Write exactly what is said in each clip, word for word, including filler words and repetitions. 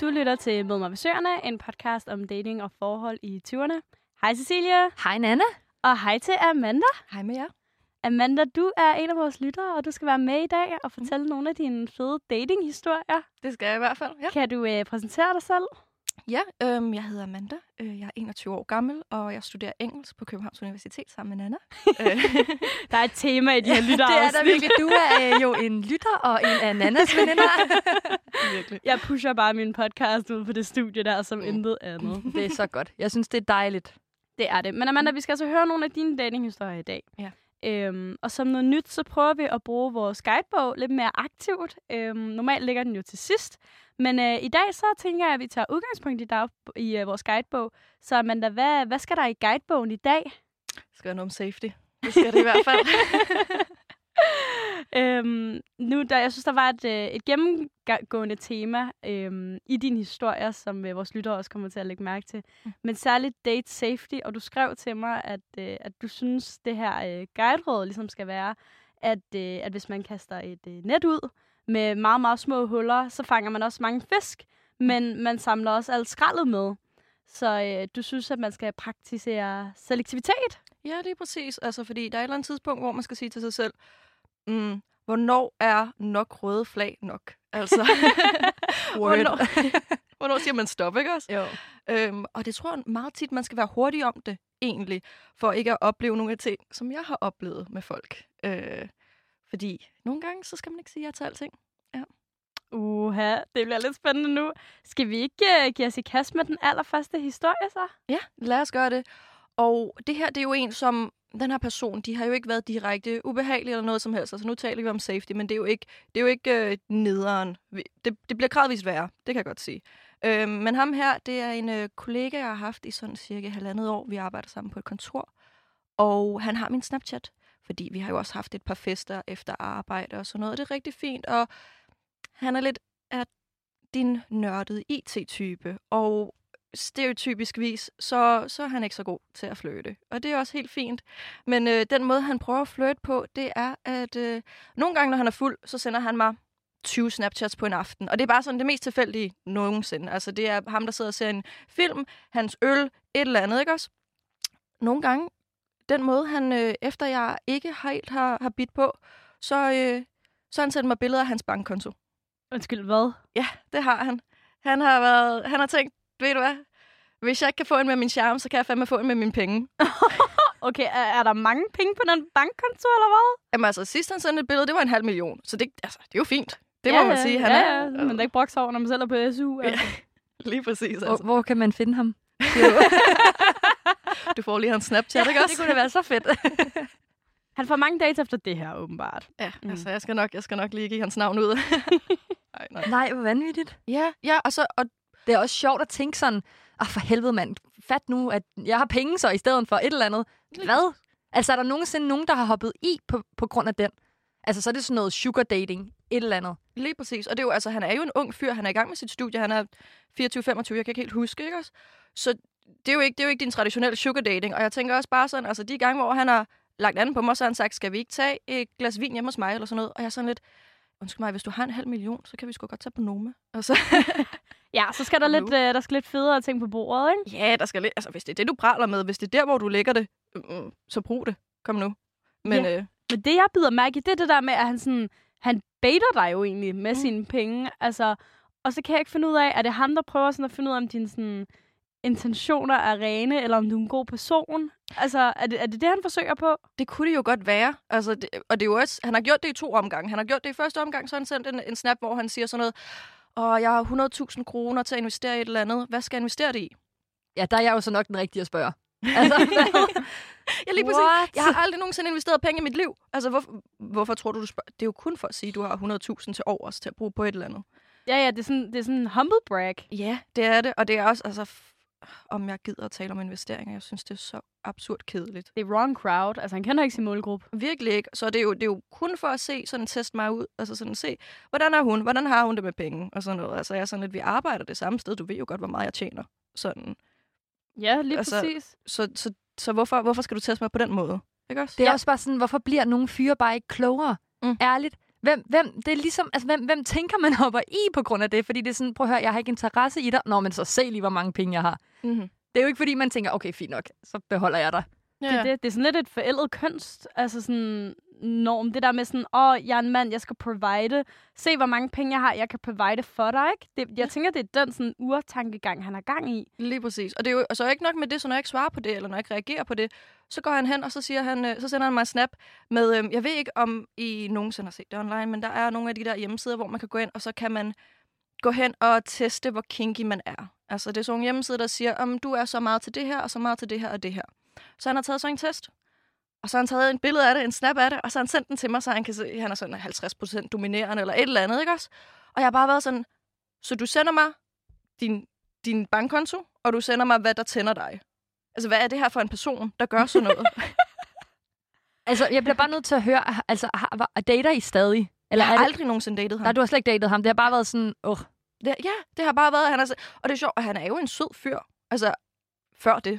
Du lytter til Mød mig ved Søerne, en podcast om dating og forhold i tyverne. Hej Cecilie. Hej Nana. Og hej til Amanda. Hej med jer. Amanda, du er en af vores lyttere, og du skal være med i dag og fortælle mm. nogle af dine fede datinghistorier. Det skal jeg i hvert fald, ja. Kan du øh, præsentere dig selv? Ja, øhm, jeg hedder Amanda. Øh, jeg er enogtyve år gammel, og jeg studerer engelsk på Københavns Universitet sammen med Nana. Der er et tema i de her lyttere. Det er der virkelig. Du er øh, jo en lytter og en af Nannas veninder. Virkelig. Jeg pusher bare min podcast ud på det studie der, som mm. intet andet. Det er så godt. Jeg synes, det er dejligt. Det er det. Men Amanda, vi skal altså høre nogle af dine datinghistorier i dag. Ja. Øhm, og som noget nyt, så prøver vi at bruge vores guidebog lidt mere aktivt. Øhm, normalt ligger den jo til sidst. Men øh, i dag så tænker jeg, at vi tager udgangspunkt i, dag, i øh, vores guidebog. Så Amanda, hvad, hvad skal der i guidebogen i dag? Det skal være noget om safety. Det skal det i hvert fald. øhm, nu, der, jeg synes, der var et, øh, et gennemgående tema øhm, i dine historier, som øh, vores lyttere også kommer til at lægge mærke til. Mm. Men særligt date safety, og du skrev til mig, at, øh, at du synes, det her øh, guideråd ligesom skal være, at, øh, at hvis man kaster et øh, net ud med meget, meget små huller, så fanger man også mange fisk, men man samler også alt skraldet med. Så øh, du synes, at man skal praktisere selektivitet? Ja, det er præcis. Altså, fordi der er et eller andet tidspunkt, hvor man skal sige til sig selv, mm, hvornår er nok røde flag nok? Altså, hvornår, hvornår siger man stop, ikke også? Jo. Øhm, og det tror jeg meget tit, man skal være hurtig om det, egentlig, for ikke at opleve nogle af ting, som jeg har oplevet med folk. Øh, fordi nogle gange, så skal man ikke sige ja til alting. Ja. Uha, det bliver lidt spændende nu. Skal vi ikke uh, give os i kast med den allerførste historie, så? Ja, lad os gøre det. Og det her, det er jo en, som den her person, de har jo ikke været direkte ubehagelige eller noget som helst. Altså nu taler vi om safety, men det er jo ikke, det er jo ikke øh, nederen. Det, det bliver gradvist værre, det kan jeg godt sige. Øh, men ham her, det er en øh, kollega, jeg har haft i sådan cirka halvandet år. Vi arbejder sammen på et kontor. Og han har min Snapchat, fordi vi har jo også haft et par fester efter arbejde og sådan noget. Og det er rigtig fint, og han er lidt af din nørdede I T-type, og stereotypisk vis, så, så er han ikke så god til at flirte. Og det er også helt fint. Men øh, den måde, han prøver at flirte på, det er, at øh, nogle gange, når han er fuld, så sender han mig tyve Snapchats på en aften. Og det er bare sådan det mest tilfældige nogensinde. Altså, det er ham, der sidder og ser en film, hans øl, et eller andet, ikke også? Nogle gange, den måde, han, øh, efter jeg ikke helt har, har bidt på, så, øh, så har han sendt mig billeder af hans bankkonto. Undskyld, hvad? Ja, det har han. Han har, været, han har tænkt, ved du hvad? Hvis jeg ikke kan få en med min charme, så kan jeg fandme få en med mine penge. Okay, er, er der mange penge på den bankkonto, eller hvad? Jamen altså, sidst han sendte et billede, det var en halv million. Så det, altså, det er jo fint. Det ja, må man sige. Han ja, er, ja. Men der er ikke broks over, når man selv er på S U. Altså. Ja, lige præcis. Altså. Hvor, hvor kan man finde ham? Du får lige hans Snapchat, ja, ikke også? Det kunne da være så fedt. Han får mange dates efter det her, åbenbart. Ja, mm. altså, jeg skal, nok, jeg skal nok lige give hans navn ud. nej, nej. nej, hvor vanvittigt. Ja, ja, og så... Og det er også sjovt at tænke sådan, ah, for helvede mand, fat nu, at jeg har penge så i stedet for et eller andet. Hvad? Altså, er der nogensinde nogen, der har hoppet i på, på grund af den? Altså, så er det sådan noget sugar dating, et eller andet. Lige præcis. Og det er jo, altså, han er jo en ung fyr, han er i gang med sit studie, han er fireogtyve femogtyve, jeg kan ikke helt huske, ikke også? Så det er jo ikke, det er jo ikke din traditionelle sugar dating. Og jeg tænker også bare sådan, altså de gange, hvor han har lagt anden på mig, så har han sagt, skal vi ikke tage et glas vin hjemme hos mig, eller sådan noget. Og jeg er sådan lidt, undskyld mig, hvis du har en halv million, så kan vi sgu godt tage på Noma. Og så... Ja, så skal der lidt, øh, der skal lidt federe ting på bordet, ikke? Ja, der skal lidt... Altså, hvis det er det, du praler med, hvis det er der, hvor du lægger det, øh, så brug det. Kom nu. Men, ja. øh... Men det, jeg bider mærke i, det er det der med, at han sådan... Han baiter dig jo egentlig med mm. sine penge. Altså, og så kan jeg ikke finde ud af, er det ham, der prøver sådan at finde ud af, om dine sådan, intentioner er rene, eller om du er en god person? Altså, er det, er det det, han forsøger på? Det kunne det jo godt være. Altså, det, og det er jo også... Han har gjort det i to omgange. Han har gjort det i første omgang, så han sendt en, en snap, hvor han siger sådan noget... Og jeg har hundrede tusind kroner til at investere i et eller andet. Hvad skal jeg investere det i? Ja, der er jeg jo så nok den rigtige at spørge. Altså, ja, lige præcis. Jeg har aldrig nogensinde investeret penge i mit liv. Altså, hvorfor, hvorfor tror du, du spørger? Det er jo kun for at sige, at du har hundrede tusind til overs til at bruge på et eller andet. Ja, ja, det er sådan, det er sådan en humble brag. Ja, det er det. Og det er også, altså, om jeg gider at tale om investeringer. Jeg synes, det er så absurd kedeligt. Det er wrong crowd. Altså, han kender ikke sin målgruppe. Virkelig ikke. Så det er jo, det er jo kun for at se, sådan teste mig ud. Altså sådan se, hvordan er hun? Hvordan har hun det med penge? Og sådan noget. Altså, jeg er sådan lidt, vi arbejder det samme sted. Du ved jo godt, hvor meget jeg tjener. Sådan. Ja, lige altså, præcis. Så, så, så hvorfor, hvorfor skal du teste mig på den måde? Ikke også? Det er ja. også bare sådan, hvorfor bliver nogle fyre bare ikke klogere? Mm. Ærligt. Hvem, hvem, det er ligesom, altså, hvem, hvem tænker man hopper i på grund af det? Fordi det er sådan, prøv at høre, jeg har ikke interesse i dig. Nå, men så se lige, hvor mange penge jeg har. Mm-hmm. Det er jo ikke, fordi man tænker, okay, fint nok, så beholder jeg dig. Ja. Det, det, det er sådan lidt et forældet kønst, altså sådan norm. Det der med sådan, åh, oh, jeg er en mand, jeg skal provide. Se, hvor mange penge jeg har, jeg kan provide for dig, ikke? Det, jeg tænker, det er den sådan urtankegang, han har gang i. Lige præcis. Og det er jo og så er ikke nok med det, så når jeg ikke svarer på det, eller når jeg ikke reagerer på det, så går han hen, og så siger han, øh, så sender han mig en snap med, øh, jeg ved ikke, om I nogensinde har set det online, men der er nogle af de der hjemmesider, hvor man kan gå ind, og så kan man gå hen og teste, hvor kinky man er. Altså, det er sådan en hjemmeside, der siger, om du er så meget til det her, og så meget til det her og det her. Så han har taget sådan en test, og så har han taget en billede af det, en snap af det, og så har han sendt den til mig, så han kan se, han er sådan halvtreds procent dominerende, eller et eller andet, ikke også? Og jeg har bare været sådan, så du sender mig din, din bankkonto, og du sender mig, hvad der tænder dig. Altså, hvad er det her for en person, der gør sådan noget? Altså, jeg bliver bare nødt til at høre, altså, har, dater I stadig? Eller jeg har det... aldrig nogensinde datet ham. Nej, du har slet ikke datet ham. Det har bare været sådan, åh. Oh. Det, ja, det har bare været, han er så... Og det er sjovt, at han er jo en sød fyr. Altså, før det.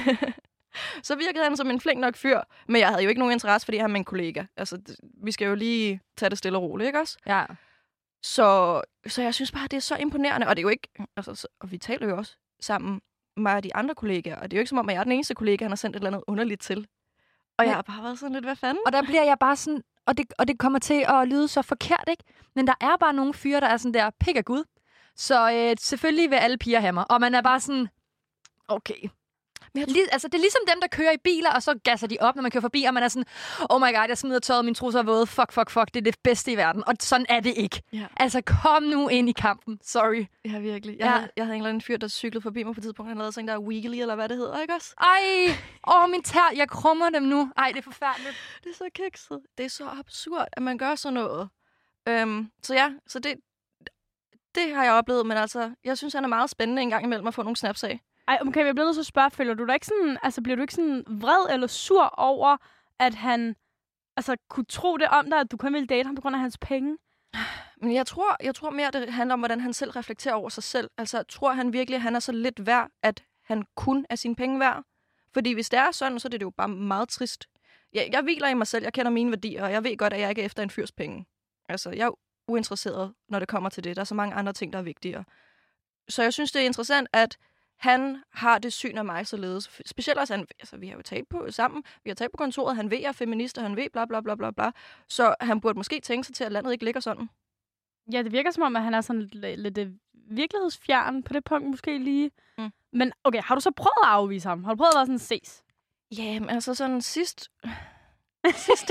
Så virkede han som en flink nok fyr. Men jeg havde jo ikke nogen interesse, fordi han er min kollega. Altså, det, vi skal jo lige tage det stille og roligt, ikke også? Ja. Så, så jeg synes bare, det er så imponerende. Og det er jo ikke... Altså, så, og vi taler jo også sammen, mig og de andre kollegaer. Og det er jo ikke som om, at jeg er den eneste kollega, han har sendt et eller andet underligt til. Og jeg har bare været sådan lidt, hvad fanden? Og der bliver jeg bare sådan... Og det, og det kommer til at lyde så forkert, ikke? Men der er bare nogle fyre, der er sådan der, pik af Gud. Så øh, selvfølgelig vil alle piger have mig. Og man er bare sådan, okay. Men Lig, altså, det er ligesom dem, der kører i biler, og så gasser de op, når man kører forbi, og man er sådan, oh my god, jeg smider tøjet, mine trusser er våde, fuck, fuck, fuck, det er det bedste i verden. Og sådan er det ikke. Ja. Altså, kom nu ind i kampen. Sorry. Ja, virkelig. Jeg, ja. Havde, jeg havde en eller anden fyr, der cyklede forbi mig på et tidspunkt. Han lavede sådan der wheelie, eller hvad det hedder, ikke også? Ej, åh, min tær, jeg krummer dem nu. Ej, det er forfærdeligt. Det er så kikset. Det er så absurd, at man gør sådan noget. Øhm, så ja, så det, det har jeg oplevet, men altså, jeg synes, han er meget spændende en gang imellem at få nogle snaps af. Ej, okay, jeg bliver nødt til at spørge, føler du dig ikke sådan, altså bliver du ikke sådan vred eller sur over, at han altså kunne tro det om dig, at du kun ville date ham på grund af hans penge? Men jeg tror, jeg tror mere, det handler om, hvordan han selv reflekterer over sig selv. Altså, tror han virkelig, at han er så lidt værd, at han kun er sine penge værd? Fordi hvis det er sådan, så er det jo bare meget trist. Jeg, jeg hviler i mig selv, jeg kender mine værdier, og jeg ved godt, at jeg ikke er efter en fyrs penge. Altså, jeg er uinteresseret, når det kommer til det. Der er så mange andre ting, der er vigtigere. Så jeg synes, det er interessant, at han har det syn af mig således. Specielt også, han, altså, vi har jo talt på sammen, vi har talt på kontoret, han ved, jeg er feminist, og han ved bla bla bla bla bla. Så han burde måske tænke sig til, at landet ikke ligger sådan. Ja, det virker som om, at han er sådan lidt, lidt, lidt virkelighedsfjern på det punkt måske lige. Mm. Men okay, har du så prøvet at afvise ham? Har du prøvet at være sådan ses? Ja, men altså sådan sidst... sidst...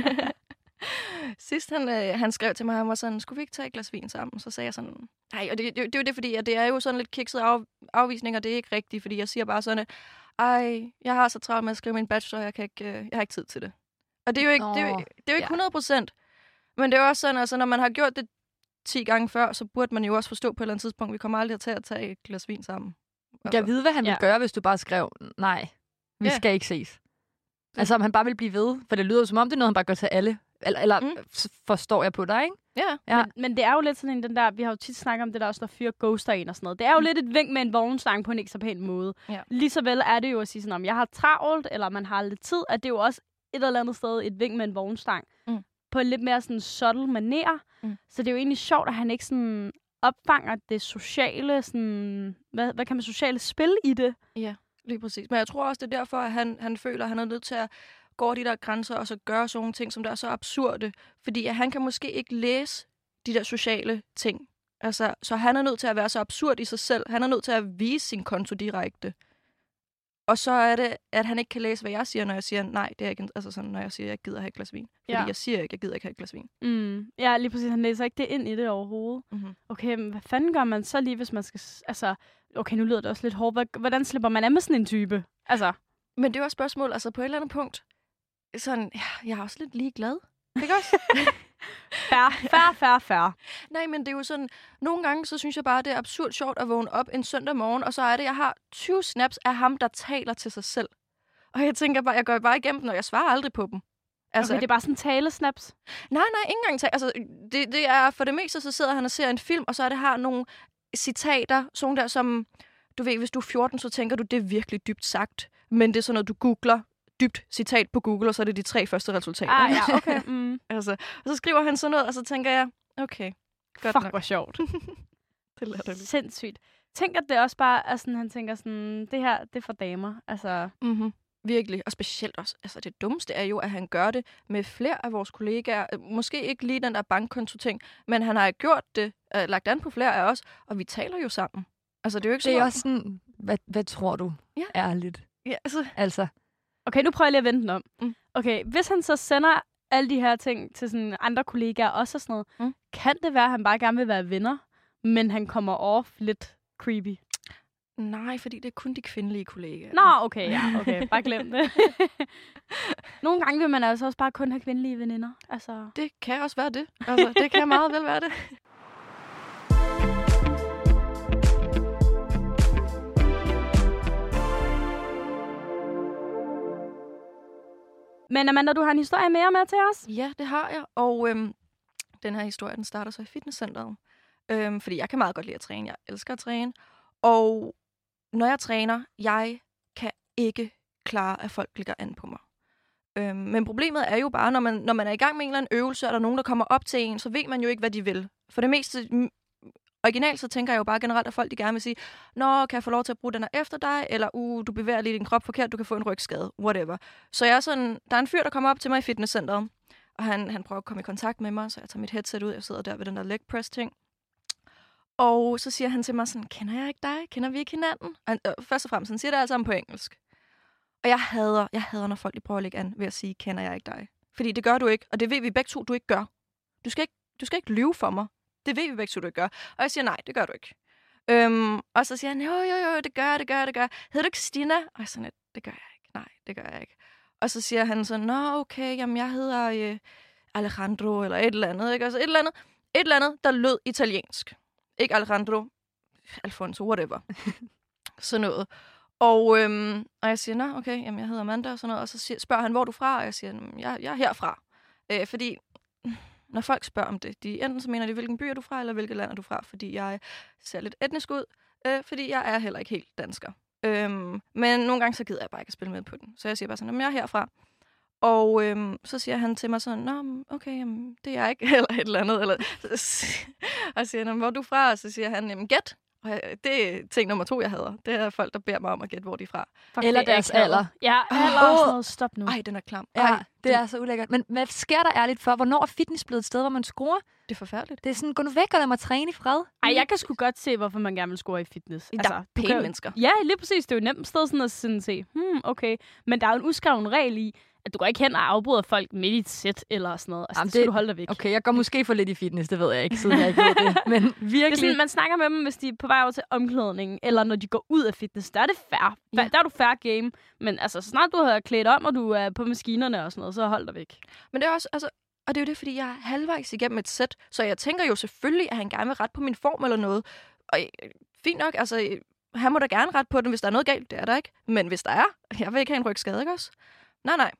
Sidst han, øh, han skrev til mig, han var sådan, skulle vi ikke tage et glas vin sammen? Så sagde jeg sådan, nej, og det, det, det er jo det, fordi at det er jo sådan lidt kikset af, afvisning, og det er ikke rigtigt, fordi jeg siger bare sådan, ej, jeg har så travlt med at skrive min bachelor, jeg, kan ikke, øh, jeg har ikke tid til det. Og det er jo ikke, det er jo, det er jo ikke hundrede procent. Men det er jo også sådan, altså når man har gjort det ti gange før, så burde man jo også forstå på et eller andet tidspunkt, vi kommer aldrig til at tage et glas vin sammen. Altså. Jeg ved, hvad han ja. ville gøre, hvis du bare skrev, nej, vi ja. skal ikke ses. Altså om han bare vil blive ved, for det lyder som om, det er noget, han bare gør til alle. Eller, eller mm. forstår jeg på dig, ikke? Ja. ja. Men, men det er jo lidt sådan en, den der, vi har jo tit snakket om det der også, der fyrer ghoster en og sådan noget. Det er jo mm. lidt et vink med en vognstang på en ikke så pæn måde. Ja. Lige så vel er det jo at sige sådan, om jeg har travlt, eller man har lidt tid, at det er jo også et eller andet sted et vink med en vognstang. Mm. På en lidt mere sådan subtle maner. Mm. Så det er jo egentlig sjovt, at han ikke sådan opfanger det sociale, sådan, hvad, hvad kan man sociale spil i det? Ja, lige præcis. Men jeg tror også, det er derfor, at han, han føler, at han er nødt til at gå de der grænser, og så gøre sådan nogle ting, som der er så absurde. Fordi at han kan måske ikke læse de der sociale ting. Altså, så han er nødt til at være så absurd i sig selv. Han er nødt til at vise sin konto direkte. Og så er det, at han ikke kan læse, hvad jeg siger, når jeg siger, nej, det er ikke, altså sådan, når jeg siger, at jeg gider have et glas vin. Fordi ja. jeg siger ikke, at jeg gider ikke have et glas vin. Mm. Ja, lige præcis. Han læser ikke det ind i det overhovedet. Mm-hmm. Okay, men hvad fanden gør man så lige, hvis man skal... Altså, okay, nu lyder det også lidt hårdt. Hvordan slipper man af med sådan en type? Altså... Men det er jo et spørgsmål, altså på et eller andet punkt, sådan, ja, jeg er også lidt ligeglad. Ikke også? Færre, færre, færre, færre. Nej, men det er jo sådan, nogle gange, så synes jeg bare, det er absurd sjovt at vågne op en søndag morgen, og så er det, jeg har tyve snaps af ham, der taler til sig selv. Og jeg tænker bare, jeg går bare igennem dem, og jeg svarer aldrig på dem. Altså, okay, det er bare sådan talesnaps? Nej, nej, ikke engang tale. Altså, det, det er, for det meste, så sidder han og ser en film, og så er det her nogle citater, sådan der som, du ved, hvis du er fjorten, så tænker du, det er virkelig dybt sagt. Men det er sådan noget, du googler dybt citat på Google, og så er det de tre første resultater. Ah, ja, okay. Mm. altså, og så skriver han sådan noget, og så tænker jeg, okay, godt Fuck, nok. hvor sjovt. Det lader det. Sindssygt. Tænk, at det også bare er sådan, han tænker sådan, det her, det er for damer. Altså, Mm-hmm. Virkelig, og specielt også, altså det dummeste er jo, at han gør det med flere af vores kollegaer. Måske ikke lige den der bankkonto-ting, men han har gjort det, øh, lagt an på flere af os, og vi taler jo sammen. Altså det er jo ikke Det er sådan, også sådan, hvad, hvad tror du? Ja. Ærligt. ja, altså, Altså, okay, nu prøver jeg lige at vende den om. Mm. Okay, hvis han så sender alle de her ting til sådan andre kollegaer også og sådan noget, Mm. kan det være, at han bare gerne vil være venner, men han kommer off lidt creepy? nej, fordi det er kun de kvindelige kollegaer. Nå, okay, ja, okay. Bare glem det. Nogle gange vil man altså også bare kun have kvindelige veninder. Altså... Det kan også være det. Altså, det kan meget vel være det. Men Amanda, du har en historie mere med til os? Ja, det har jeg. Og øhm, den her historie, den starter så i fitnesscenteret. Øhm, fordi jeg kan meget godt lide at træne. Jeg elsker at træne. Og når jeg træner, jeg kan ikke klare, at folk ligger an på mig. Øhm, men problemet er jo bare, når man, når man er i gang med en eller anden øvelse, og der er nogen, der kommer op til en, så ved man jo ikke, hvad de vil. For det meste, m- originalt, så tænker jeg jo bare generelt, at folk de gerne vil sige, nå, kan jeg få lov til at bruge den her efter dig? Eller, uh, du bevæger lige din krop forkert, du kan få en rygskade. Whatever. Så jeg er sådan, der er en fyr, der kommer op til mig i fitnesscenteret, og han, han prøver at komme i kontakt med mig, så jeg tager mit headset ud, jeg sidder der ved den der leg press ting. Og så siger han til mig sådan, kender jeg ikke dig? Kender vi ikke hinanden? Og han, øh, først og fremmest, han siger det alt sammen på engelsk. Og jeg hader, jeg hader, når folk prøver at lægge an ved at sige, kender jeg ikke dig? Fordi det gør du ikke, og det ved vi begge to, du ikke gør. Du skal ikke, du skal ikke lyve for mig. Det ved vi begge to, du ikke gør. Og jeg siger, nej, det gør du ikke. Øhm, og så siger han, jo, jo, jo, det gør jeg, det gør jeg, det gør jeg. Hedder du ikke Stina? Og jeg sådan, det gør jeg ikke. Nej, det gør jeg ikke. Og så siger han sådan, nå, okay, jamen jeg hedder øh, Alejandro, eller et eller andet, ikke? Altså et eller andet, et eller andet, der lød italiensk. Ikke Alejandro, Alfonso, whatever. Sådan noget. Og, øhm, og jeg siger, nå, okay, jamen, jeg hedder Amanda og sådan noget. Og så siger, spørger han, hvor er du fra? Og jeg siger, jeg, jeg er herfra. Øh, fordi når folk spørger om det, de enten så mener de, hvilken by er du fra, eller hvilket land er du fra? Fordi jeg ser lidt etnisk ud, øh, fordi jeg er heller ikke helt dansker. Øhm, men nogle gange så gider jeg bare ikke at spille med på den. Så jeg siger bare sådan, jeg er herfra. Og øhm, så siger han til mig sådan, nå, okay, jamen, det er jeg ikke, eller et eller andet. Eller, og siger han, hvor er du fra? Og så siger han, jamen, gæt. Og jeg, det er ting nummer to, jeg hader. Det er folk, der beder mig om at gætte, hvor de er fra. Fuck, eller det er deres ikke alder. Ja, alder og sådan noget. Stop nu. Ej, den er klam. Ja, Ej, det er så ulækkert. Men hvad sker der ærligt for? Hvornår er fitness blevet et sted, hvor man scorer? det er forfærdeligt. Det er sådan, gå nu væk og lad mig træne i fred. Ej, jeg kan sgu godt se, hvorfor man gerne vil score i fitness. Altså, der er du pæne kan jo- mennesker. Ja, lige præcis. Det er jo nemt sted sådan at sådan se, hmm, okay. Men der er jo en uskreven regel i, at du går ikke hen og afbryder folk midt i et sæt eller sådan noget. Altså, Jamen, det skal det- du holde dig væk. Okay, jeg går måske for lidt i fitness, det ved jeg ikke, siden jeg ikke ved det. Men Det er virkelig... sådan, man snakker med dem, hvis de er på vej over til omklædning, eller når de går ud af fitness. Der er det fair. Ja. Ja. Der er du fair game. Men altså, så snart du har klædt om, og du er på maskinerne og sådan noget, så hold dig væk. Men det er også, altså, og det er jo det, fordi jeg er halvvejs igennem et sæt, så jeg tænker jo selvfølgelig, at han gerne vil rette på min form eller noget. Og øh, fint nok, altså, øh, han må da gerne rette på den, hvis der er noget galt. Det er der ikke. Men hvis der er, jeg vil ikke have en rygskade, ikke også? Nej, nej.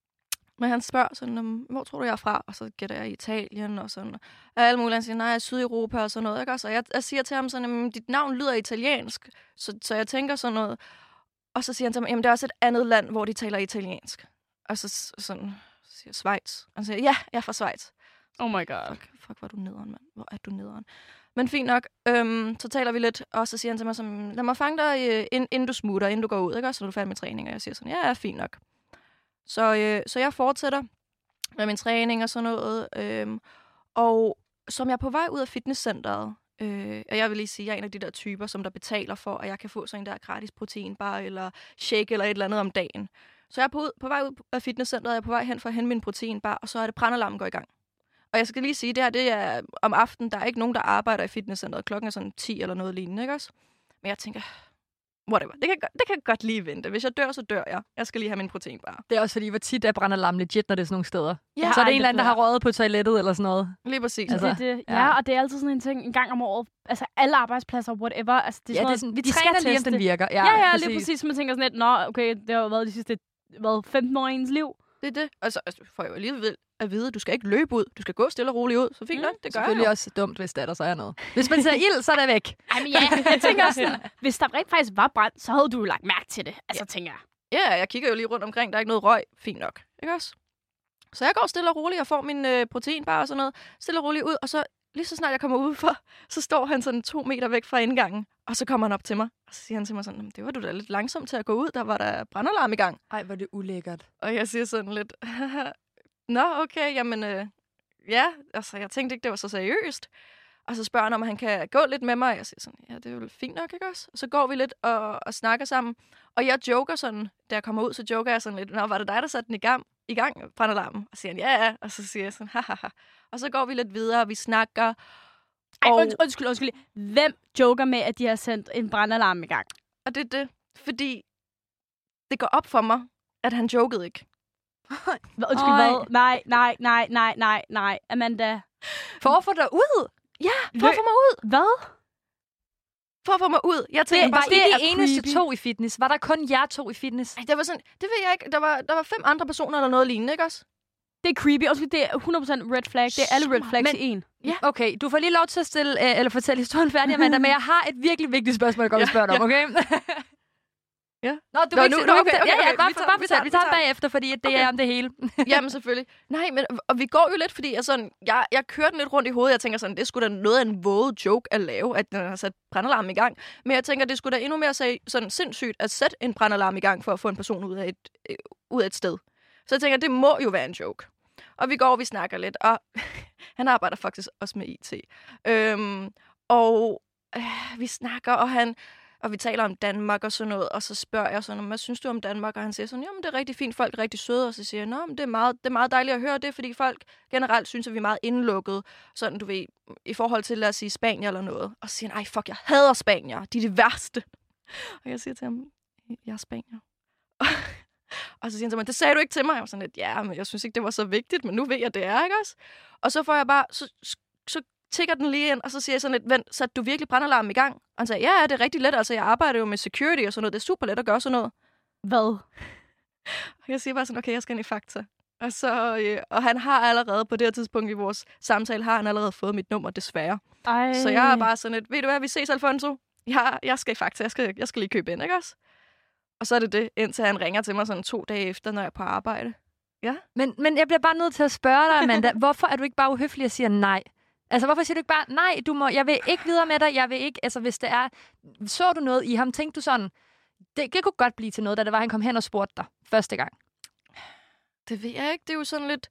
Men han spørger sådan, um, hvor tror du, jeg er fra? Og så gætter jeg i Italien og sådan. Og alle mulige, han siger, nej, jeg er Sydeuropa og sådan noget, ikke også? Og jeg, jeg siger til ham sådan, um, dit navn lyder italiensk, så, så jeg tænker sådan noget. Og så siger han til mig, jamen det er også et andet land, hvor de taler italiensk. Og så s- sådan, så siger jeg, Schweiz. Og han siger, ja, jeg er fra Schweiz. Oh my god. Fuck, fuck, hvor er du nederen, mand. Hvor er du nederen. Men fint nok, øhm, så taler vi lidt, og så siger han til mig, som, lad mig fange dig, øh, ind, inden du smutter, inden du går ud, ikke også? Så er du færdig med træning. Og jeg siger sådan, ja, ja, fint nok. Så, øh, så jeg fortsætter med min træning og sådan noget. Øh, og som jeg er på vej ud af fitnesscenteret, øh, og jeg vil lige sige, jeg er en af de der typer, som der betaler for, at jeg kan få sådan en der gratis proteinbar, eller shake, eller et eller andet om dagen. Så jeg er på, ud, på vej ud af fitnesscenteret, jeg er på vej hen for at hente min proteinbar, og så er det brandalarmen går i gang. Og jeg skal lige sige, det her det er om aftenen, der er ikke nogen, der arbejder i fitnesscenteret. Klokken er sådan ti eller noget lignende, ikke også? Men jeg tænker, whatever, det kan, det kan godt lige vente. Hvis jeg dør, så dør jeg. Jeg skal lige have min proteinbar. Det er også fordi, hvor tit der brænder larm legit, når det er sådan nogle steder. Ja, Så er det ej, en eller anden, der det har røget på toilettet eller sådan noget. Lige præcis. Altså, Altså, det, er det. ja. Ja, og det er altid sådan en ting en gang om året. Altså alle arbejdspladser, whatever. Altså, det er Ja, sådan det er sådan, vi de træner skal lige, om teste. den virker. Ja, ja, præcis. lige præcis. Så man tænker sådan lidt, nå, okay, det har jo været de sidste hvad, femten år i ens liv. Det er det. Altså, altså får jeg jo alligevel at vide, du skal ikke løbe ud. Du skal gå stille og roligt ud. Så fint Mm. nok, det gør jeg Selvfølgelig jo. også dumt, hvis der, der så er noget. Hvis man ser ild, så er det væk. Ej, men ja, jeg tænker også sådan, hvis der rent faktisk var brand, så havde du jo lagt mærke til det. Altså, ja. tænker jeg. Ja, jeg kigger jo lige rundt omkring. Der er ikke noget røg. Fint nok. Ikke også? Så jeg går stille og roligt og får min øh, proteinbar og sådan noget. Stille og roligt ud, og så lige så snart jeg kommer udfor, så står han sådan to meter væk fra indgangen. Og så kommer han op til mig, og så siger han til mig sådan, det var du da lidt langsom til at gå ud. Der var der brandalarm i gang. Ej, hvor det ulækkert. Og jeg siger sådan lidt, nå, okay, jamen, øh, ja, altså, jeg tænkte ikke, det var så seriøst. Og så spørger han, om han kan gå lidt med mig. Og jeg siger sådan, ja, det er jo fint nok, ikke også? Og så går vi lidt og, og snakker sammen. Og jeg joker sådan, da jeg kommer ud, så joker jeg sådan lidt, nå, var det dig, der satte den i gang, i gang brandalarmen? Og siger han, ja, ja. Og så siger jeg sådan, hahaha. Og så går vi lidt videre, og vi snakker. Ej, og... und, undskyld, undskyld. Hvem joker med, at de har sendt en brandalarm i gang? Og det er det, fordi det går op for mig, at han jokede ikke. Hvad, undskyld, Ej. hvad? Nej, nej, nej, nej, nej, nej. Amanda. For at få dig ud? Ja, for at få mig ud. Hvad? For at få mig ud. Jeg tænkte, Det var bare, I det de er eneste creepy. to i fitness? Var der kun jer to i fitness? Ej, der var sådan, det ved jeg ikke. Der var, der var fem andre personer eller noget lignende, ikke også? Det er creepy. Undskyld, det er hundrede procent red flag. Det er alle red flags Men- i en. Ja. Okay, du får lige lov til at stille, øh, eller fortælle historien færdig, Amanda, men jeg har et virkelig vigtigt spørgsmål, jeg godt vil spørge dig om, okay? Ja. Nå, du Nå, kan ikke nu- sige- du kan okay, ikke- okay, ja, ja, okay, bare, vi tager- bare vi fortæl. tager- Vi vi tager tager- den bagefter, fordi det Okay. er om det hele. Jamen selvfølgelig. Nej, men og vi går jo lidt, fordi jeg, sådan, jeg, jeg kører den lidt rundt i hovedet. Jeg tænker sådan, det skulle da noget af en våget joke at lave, at den har sat brandalarm i gang. Men jeg tænker, det skulle da endnu mere sag, sådan sindssygt at sætte en brandalarm i gang for at få en person ud af et, øh, ud af et sted. Så jeg tænker, det må jo være en joke. Og vi går, og vi snakker lidt, og han arbejder faktisk også med I T. Øhm, og øh, vi snakker, og han... Og vi taler om Danmark og sådan noget, og så spørger jeg sådan, hvad synes du om Danmark? Og han siger sådan, jamen det er rigtig fint, folk er rigtig søde. Og så siger jeg, nå, men det er, meget, det er meget dejligt at høre det, fordi folk generelt synes, at vi er meget indlukket. Sådan, du ved, i forhold til, lad os sige, Spanien eller noget. Og så siger han, ej fuck, jeg hader Spanier, de er det værste. Og jeg siger til ham, jeg er Spanier. Og så siger han til mig, det sagde du ikke til mig. Jeg var sådan lidt, ja, men jeg synes ikke, det var så vigtigt, men nu ved jeg, det er, ikke også? Og så får jeg bare, så, så tigger den lige ind, og så siger jeg sådan lidt, vent, satte du virkelig brandalarmen i gang? Og han sagde, ja, det er rigtig let, altså jeg arbejder jo med security og sådan noget, det er super let at gøre sådan noget. Hvad? Og jeg siger bare sådan, okay, jeg skal ind i Fakta. Og, så, øh, og han har allerede, på det her tidspunkt i vores samtale, har han allerede fået mit nummer, desværre. Ej. Så jeg er bare sådan lidt, ved du hvad, vi ses, Alfonso. Jeg, jeg skal i Fakta, jeg skal, jeg skal lige købe ind, ikke også? Og så er det det, indtil han ringer til mig sådan to dage efter, når jeg er på arbejde. Ja. Men, men jeg bliver bare nødt til at spørge dig, Amanda, hvorfor er du ikke bare uhøflig og siger nej? Altså, hvorfor siger du ikke bare, nej, du må, jeg vil ikke videre med dig, jeg vil ikke, altså hvis det er, så du noget i ham, tænkte du sådan, det, det kunne godt blive til noget, da det var, han kom hen og spurgte dig første gang. Det ved jeg ikke, det er jo sådan lidt,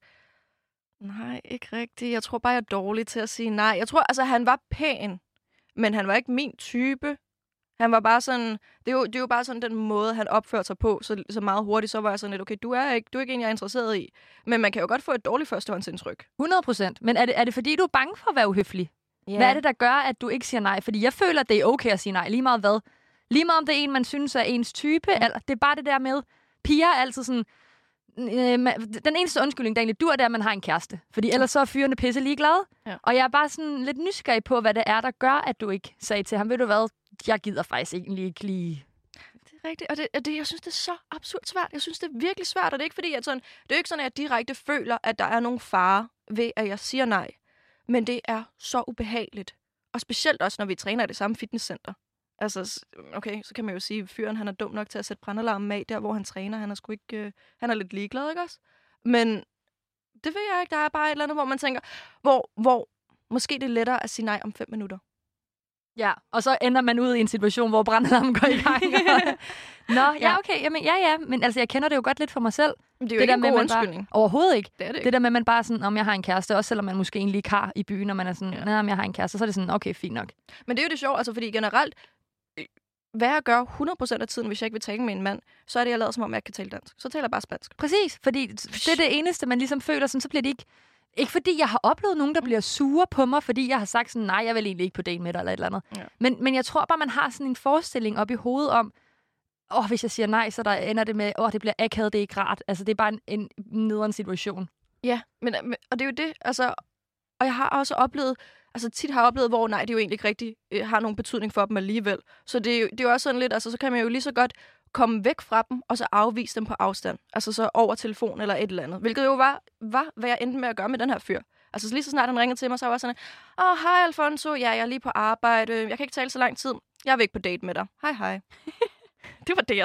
nej, ikke rigtigt. Jeg tror bare, jeg er dårlig til at sige nej. Jeg tror, altså, han var pæn, men han var ikke min type. Han var bare sådan, det er jo, det er jo bare sådan den måde, han opførte sig på, så, så meget hurtigt, så var jeg sådan lidt, okay, du er ikke, du er ikke en, jeg er interesseret i. Men man kan jo godt få et dårligt førstehåndsindtryk. hundrede procent. Men er det, er det fordi, du er bange for at være uhøflig? Yeah. Hvad er det, der gør, at du ikke siger nej? Fordi jeg føler, at det er okay at sige nej, lige meget hvad. Lige meget om det er en, man synes er ens type, Mm. eller det er bare det der med, piger er altid sådan, øh, ma- den eneste undskyldning, der egentlig dur, det er, at man har en kæreste. Fordi ellers så er fyrene pisse ligeglade. Ja. Og jeg er bare sådan lidt nysgerrig på, hvad det er, der gør, at du ikke sagde til ham, ved du hvad, jeg gider faktisk egentlig ikke lige... Det er rigtigt, og det, og det, jeg synes, det er så absurd svært. Jeg synes, det er virkelig svært, og det er ikke fordi, at sådan, det er jo ikke sådan, at jeg direkte føler, at der er nogen fare ved, at jeg siger nej. Men det er så ubehageligt. Og specielt også, når vi træner i det samme fitnesscenter. Altså, okay, så kan man jo sige, at fyren han er dum nok til at sætte brandalarmen af, der hvor han træner. Han er sgu ikke, øh, han er lidt ligeglad, ikke også? Men det ved jeg ikke. Der er bare et eller andet, hvor man tænker, hvor, hvor måske det er lettere at sige nej om fem minutter. Ja, og så ender man ud i en situation, hvor brandalarmen går i gang. Nå, ja, Ja. okay, jamen, ja, ja, men altså, jeg kender det jo godt lidt for mig selv. Men det er jo Det ikke der en med, god man bare- undskyldning. Overhovedet ikke. Det er det ikke. Det der med, at man bare er sådan, om jeg har en kæreste, også selvom man måske egentlig ikke har i byen, og man er sådan, Ja. nej, om jeg har en kæreste, så er det sådan, okay, fint nok. Men det er jo det sjove, altså fordi generelt, øh, hvad jeg gør hundrede procent af tiden, hvis jeg ikke vil tale med en mand, så er det, jeg lader som om, jeg ikke kan tale dansk. Så taler jeg bare spansk. Præcis, fordi det er det eneste, man ligesom føler, sådan, så bliver det ikke... Ikke fordi jeg har oplevet nogen, der bliver sure på mig, fordi jeg har sagt sådan, nej, jeg vil egentlig ikke på date med dig, eller et eller andet. Ja. Men, men jeg tror bare, man har sådan en forestilling op i hovedet om, åh, oh, hvis jeg siger nej, så der ender det med, åh, oh, det bliver akavet, det er ikke rart. Altså, det er bare en, en nederen situation. Ja, men, men, og det er jo det, altså... Og jeg har også oplevet, altså tit har jeg oplevet, hvor nej, det er jo egentlig ikke rigtig øh, har nogen betydning for dem alligevel. Så det er, jo, det er jo også sådan lidt, altså så kan man jo lige så godt komme væk fra dem, og så afvise dem på afstand. Altså så over telefon eller et eller andet. Hvilket jo var, var hvad jeg endte med at gøre med den her fyr. Altså lige så snart han ringede til mig, så var jeg sådan, åh, oh, hej Alfonso, ja, jeg er lige på arbejde, jeg kan ikke tale så lang tid, jeg er væk på date med dig. Hej, hej. Det var det, jeg sagde.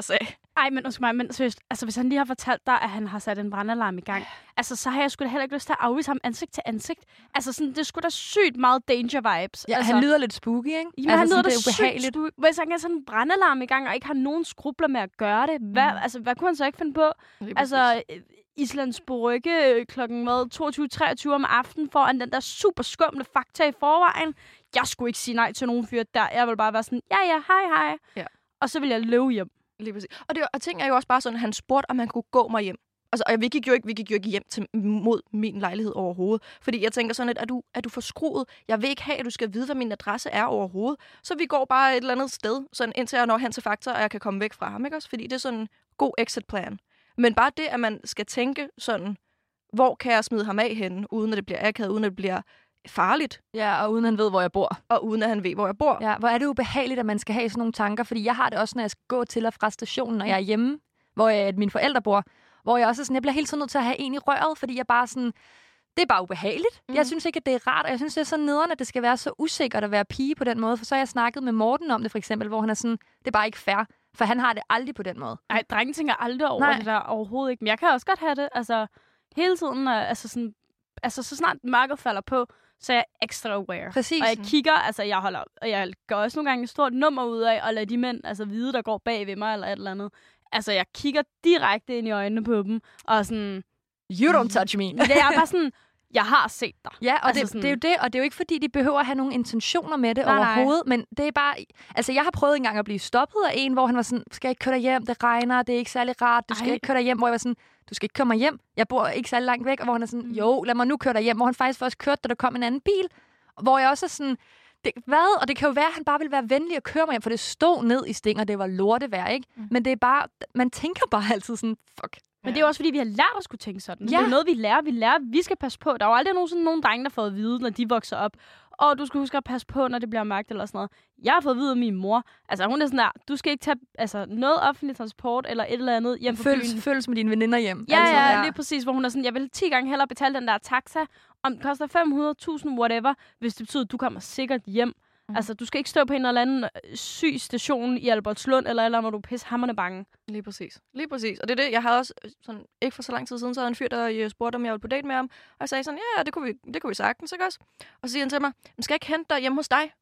Ej, men undskyld mig, men seriøst, altså hvis han lige har fortalt dig, at han har sat en brandalarm i gang, altså så har jeg sgu da heller ikke lyst til at afvise ham ansigt til ansigt. Altså sådan, det er sgu da sygt meget danger vibes. Ja, altså, han lyder lidt spooky, ikke? Jamen, altså, han lyder det da er ubehageligt. sygt. Hvis han kan sætte en brandalarm i gang, og ikke har nogen skrubler med at gøre det, hvad, mm. altså, hvad kunne han så ikke finde på? Altså, Islands Brygge klokken toogtyve treogtyve om aftenen foran den der super skumle fakta i forvejen. Jeg skulle ikke sige nej til nogen fyr der. Jeg vil bare være sådan, ja ja, hej hej. Ja. Og så vil jeg løbe hjem. Lige præcis. Og, det, og ting er jo også bare sådan, at han spurgte, om han kunne gå mig hjem. Altså, og vi gik jo ikke, vi gik jo ikke hjem til, mod min lejlighed overhovedet. Fordi jeg tænker sådan lidt, at du, er du forskruet? Jeg vil ikke have, at du skal vide, hvad min adresse er overhovedet. Så vi går bare et eller andet sted, sådan indtil jeg når hen til Fakta, og jeg kan komme væk fra ham, ikke også? Fordi det er sådan en god exit plan. Men bare det, at man skal tænke sådan, hvor kan jeg smide ham af henne, uden at det bliver akavet, uden at det bliver farligt. Ja, og uden han ved, hvor jeg bor. Og uden at han ved, hvor jeg bor. Ja, hvor er det ubehageligt, at man skal have sådan nogle tanker, fordi jeg har det også, når jeg skal gå til og fra stationen, når jeg er hjemme, hvor jeg, mine forældre bor, hvor jeg også er sådan, jeg bliver helt sådan nødt til at have en i røret, fordi jeg bare sådan, det er bare ubehageligt. Mm. Jeg synes ikke, at det er rart, og jeg synes, det er så nederen, at det skal være så usikkert at være pige på den måde, for så har jeg snakket med Morten om det, for eksempel, hvor han er sådan, det er bare ikke fair, for han har det aldrig på den måde. Nej, drengen tænker aldrig over Nej. det der overhovedet ikke, men jeg kan også godt have det, altså hele tiden, altså sådan, altså så snart mørket falder på, så er jeg ekstra aware. Præcis. Og jeg kigger, altså jeg holder, og jeg gør også nogle gange et stort nummer ud af, at lade de mænd, altså vide, der går bag ved mig, eller et eller andet. Altså jeg kigger direkte ind i øjnene på dem, og sådan... You don't touch me. Ja, jeg er bare sådan, jeg har set dig. Ja, og altså det, sådan... det er jo det, og det er jo ikke, fordi de behøver at have nogle intentioner med det nej, overhovedet, nej. Men det er bare... Altså, jeg har prøvet engang at blive stoppet af en, hvor han var sådan, skal jeg ikke køre dig hjem, det regner, det er ikke særlig rart, du skal Ej. ikke køre dig hjem, hvor jeg var sådan, du skal ikke køre mig hjem, jeg bor ikke særlig langt væk, og hvor han er sådan, mm. jo, lad mig nu køre dig hjem, hvor han faktisk først kørte, da der kom en anden bil, hvor jeg også er sådan, det, hvad? Og det kan jo være, at han bare vil være venlig at køre mig hjem, for det stod ned i Sting, og det var lortevejr, ikke? Mm. Men det er bare, man tænker bare altid sådan, fuck. Men det er jo også, fordi vi har lært at skulle tænke sådan. Ja. Det er noget, vi lærer. Vi lærer, vi skal passe på. Der er jo aldrig nogen, sådan, nogen drenge, der får at vide, når de vokser op. Og du skal huske at passe på, når det bliver mørkt eller sådan noget. Jeg har fået at vide af min mor. Altså, hun er sådan der, du skal ikke tage altså, noget offentlig transport eller et eller andet hjem fra byen. Føles med dine veninder hjem. Ja, altså, ja, lige præcis. Hvor hun er sådan, jeg vil ti gange hellere betale den der taxa, om det koster fem hundrede tusind, whatever, hvis det betyder, at du kommer sikkert hjem. Mm. Altså, du skal ikke stå på en eller anden syg station i Albertslund, eller eller når du er pissehamrende bange. Lige præcis. Lige præcis. Og det er det, jeg havde også, sådan, ikke for så lang tid siden, så havde en fyr, der spurgte, om jeg ville på date med ham. Og jeg sagde sådan, ja, ja det kunne vi, det kunne vi sagtens, ikke også? Og så siger han til mig, men skal jeg ikke hente dig hjemme hos dig?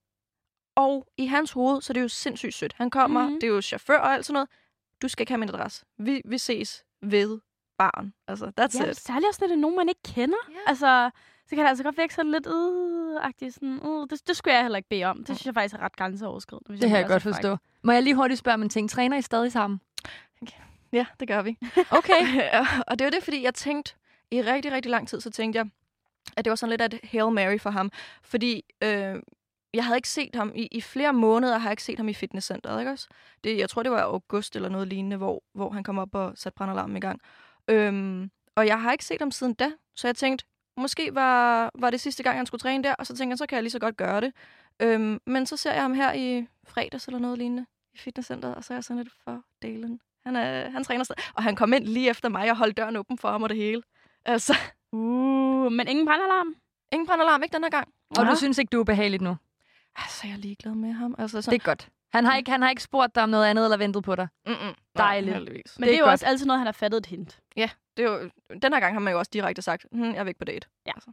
Og i hans hoved, så er det jo sindssygt sødt. Han kommer, mm-hmm. det er jo chauffør og alt sådan noget. Du skal ikke have min adresse. Vi, vi ses ved barn. Altså, that's ja, it. Særligt også, når det er nogen, man ikke kender. Yeah. Altså, så kan det altså godt virke sådan lidt øh-agtigt. Sådan, uh, det, det skulle jeg heller ikke bede om. Det synes jeg faktisk er ret grænseoverskridende. Det har jeg godt forstå. Må jeg lige hurtigt spørge om en ting? Træner I stadig sammen? Ja, det gør vi. Okay. Og det var det, fordi jeg tænkte, i rigtig, rigtig lang tid, så tænkte jeg, at det var sådan lidt af et Hail Mary for ham. Fordi øh, jeg havde ikke set ham, i, i flere måneder har jeg ikke set ham i fitnesscenteret, ikke også? Det, jeg tror, det var august eller noget lignende, hvor, hvor han kom op og satte brandalarmen i gang. Øhm, og jeg har ikke set ham siden da, så jeg tænkte, måske var, var det sidste gang, han skulle træne der, og så tænkte jeg, så kan jeg lige så godt gøre det. Øhm, men så ser jeg ham her i fredags eller noget lignende i fitnesscenteret, og så er jeg sådan lidt for delen. Han, er, han træner stadig. Og han kom ind lige efter mig og holdt døren åben for ham og det hele. Altså. Uh, men ingen brandalarm? Ingen brandalarm, ikke den her gang. Og ja. Du synes ikke, du er behageligt nu? Altså, jeg er ligeglad med ham. Altså, sådan. Det er godt. Han har, ikke, han har ikke spurgt dig om noget andet eller ventet på dig? Mm-mm. Dejligt. Nej, men det, det er jo godt. også altid noget, han har fattet et hint. Ja, det er jo, den her gang har man jo også direkte sagt, hm, jeg er væk på date. Ja. Altså.